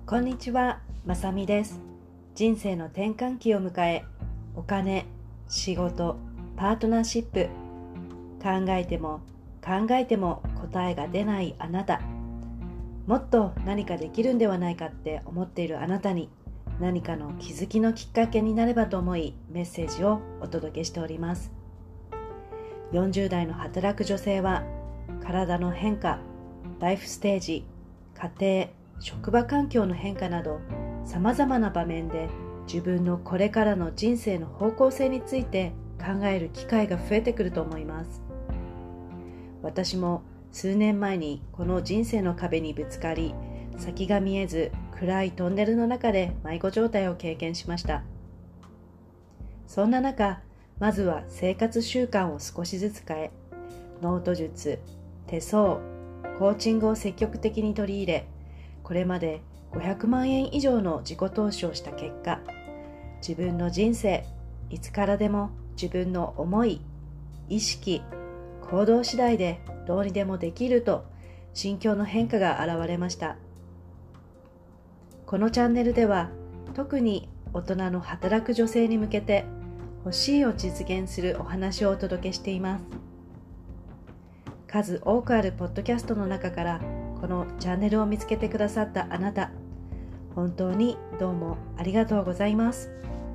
こんにちは、まさみです。人生の転換期を迎え、お金、仕事、パートナーシップ、考えても考えても答えが出ないあなた、もっと何かできるんではないかって思っているあなたに、何かの気づきのきっかけになればと思い、メッセージをお届けしております。40代の働く女性は、体の変化、ライフステージ、家庭、職場環境の変化など、さまざまな場面で自分のこれからの人生の方向性について考える機会が増えてくると思います。私も数年前にこの人生の壁にぶつかり、先が見えず暗いトンネルの中で迷子状態を経験しました。そんな中、まずは生活習慣を少しずつ変え、ノート術、手相、コーチングを積極的に取り入れ、これまで500万円以上の自己投資をした結果、自分の人生、いつからでも自分の思い、意識、行動次第でどうにでもできると心境の変化が現れました。このチャンネルでは、特に大人の働く女性に向けて欲しいを実現するお話をお届けしています。数多くあるポッドキャストの中からこのチャンネルを見つけてくださったあなた、本当にどうもありがとうございます。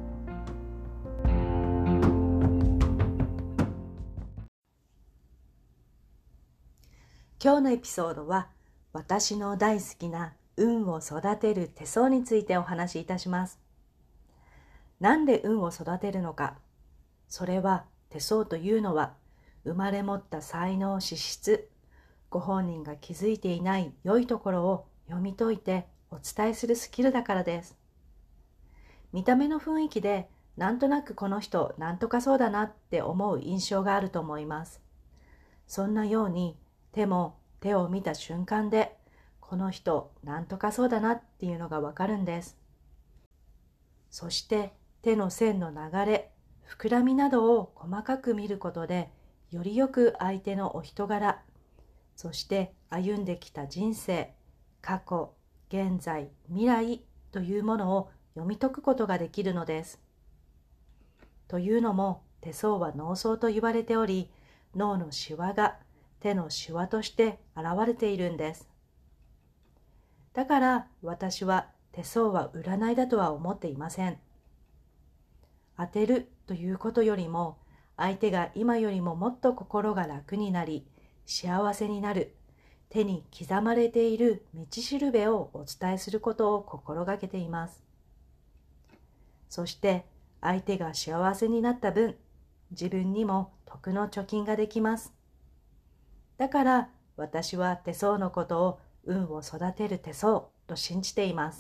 今日のエピソードは、私の大好きな運を育てる手相についてお話しいたします。なんで運を育てるのか。それは、手相というのは生まれ持った才能資質、ご本人が気づいていない良いところを読み解いてお伝えするスキルだからです。見た目の雰囲気でなんとなくこの人なんとかそうだなって思う印象があると思います。そんなように手も手を見た瞬間でこの人なんとかそうだなっていうのがわかるんです。そして手の線の流れ、膨らみなどを細かく見ることでよりよく相手のお人柄、そして歩んできた人生、過去、現在、未来というものを読み解くことができるのです。というのも、手相は脳相と言われており、脳のシワが手のシワとして現れているんです。だから私は手相は占いだとは思っていません。当てるということよりも、相手が今よりももっと心が楽になり、幸せになる、手に刻まれている道しるべをお伝えすることを心がけています。そして相手が幸せになった分、自分にも徳の貯金ができます。だから私は手相のことを運を育てる手相と信じています。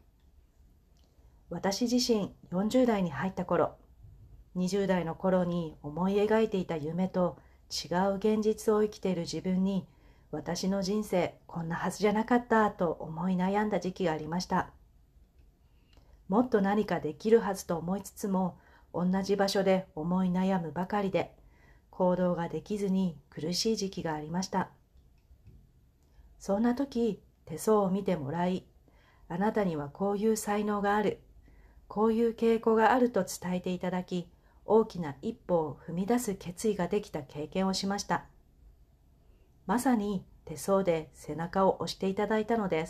私自身40代に入った頃、20代の頃に思い描いていた夢と違う現実を生きている自分に、私の人生こんなはずじゃなかったと思い悩んだ時期がありました。もっと何かできるはずと思いつつも、同じ場所で思い悩むばかりで、行動ができずに苦しい時期がありました。そんな時、手相を見てもらい、あなたにはこういう才能がある、こういう傾向があると伝えていただき、大きな一歩を踏み出す決意ができた経験をしました。まさに手相で背中を押していただいたのです。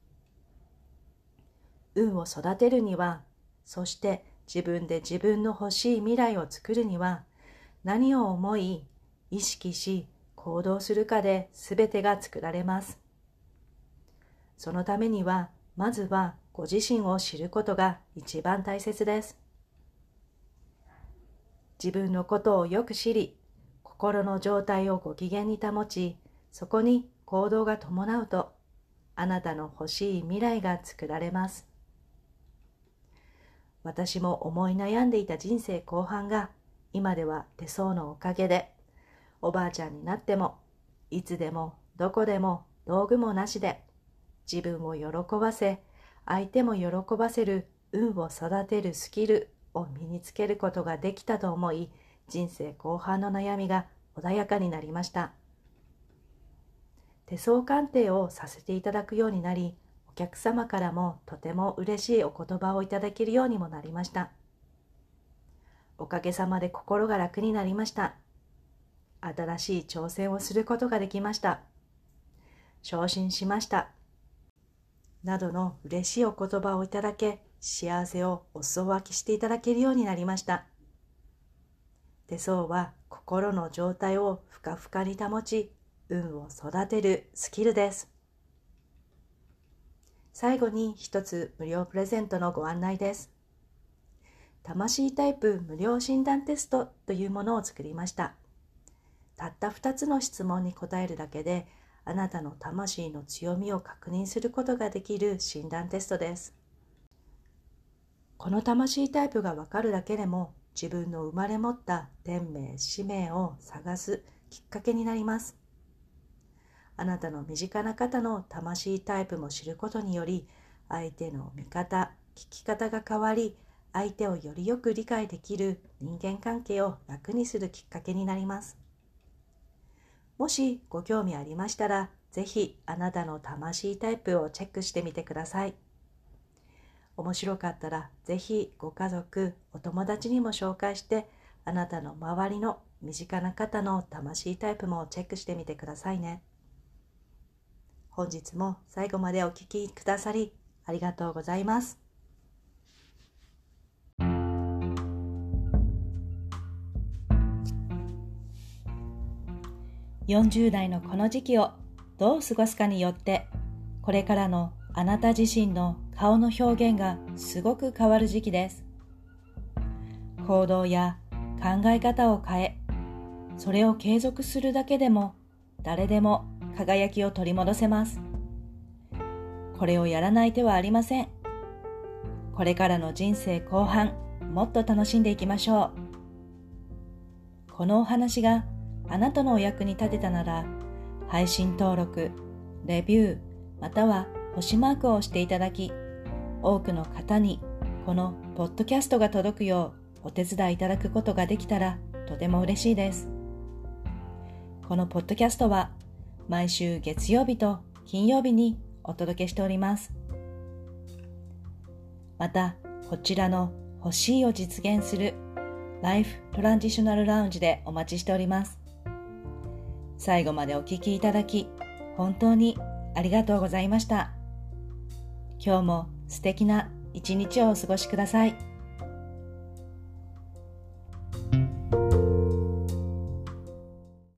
運を育てるには、そして自分で自分の欲しい未来を作るには、何を思い、意識し、行動するかで全てが作られます。そのためには、まずはご自身を知ることが一番大切です。自分のことをよく知り、心の状態をご機嫌に保ち、そこに行動が伴うと、あなたの欲しい未来が作られます。私も思い悩んでいた人生後半が、今では手相のおかげで、おばあちゃんになっても、いつでもどこでも道具もなしで、自分を喜ばせ、相手も喜ばせる運を育てるスキルを身につけることができたと思い、人生後半の悩みが穏やかになりました。手相鑑定をさせていただくようになり、 お客様からもとても嬉しいお言葉をいただけるようにもなりました。おかげさまで心が楽になりました。新しい挑戦をすることができました。昇進しました。などの嬉しいお言葉をいただけ、幸せをお裾分けしていただけるようになりました。手相は心の状態をふかふかに保ち、運を育てるスキルです。最後に一つ無料プレゼントのご案内です。魂タイプ無料診断テストというものを作りました。たった2つの質問に答えるだけで、あなたの魂の強みを確認することができる診断テストです。この魂タイプがわかるだけでも、自分の生まれ持った天命、使命を探すきっかけになります。あなたの身近な方の魂タイプも知ることにより、相手の見方、聞き方が変わり、相手をよりよく理解できる人間関係を楽にするきっかけになります。もしご興味ありましたら、ぜひあなたの魂タイプをチェックしてみてください。面白かったら、ぜひご家族、お友達にも紹介して、あなたの周りの身近な方の魂タイプもチェックしてみてくださいね。本日も最後までお聞きくださり、ありがとうございます。40代のこの時期をどう過ごすかによって、これからのあなた自身の顔の表現がすごく変わる時期です。行動や考え方を変え、それを継続するだけでも誰でも輝きを取り戻せます。これをやらない手はありません。これからの人生後半、もっと楽しんでいきましょう。このお話があなたのお役に立てたなら、配信登録、レビュー、または星マークを押していただき、多くの方にこのポッドキャストが届くようお手伝いいただくことができたらとても嬉しいです。このポッドキャストは毎週月曜日と金曜日にお届けしております。また、こちらの欲しいを実現するライフトランジショナルラウンジでお待ちしております。最後までお聞きいただき、本当にありがとうございました。今日も素敵な一日をお過ごしください。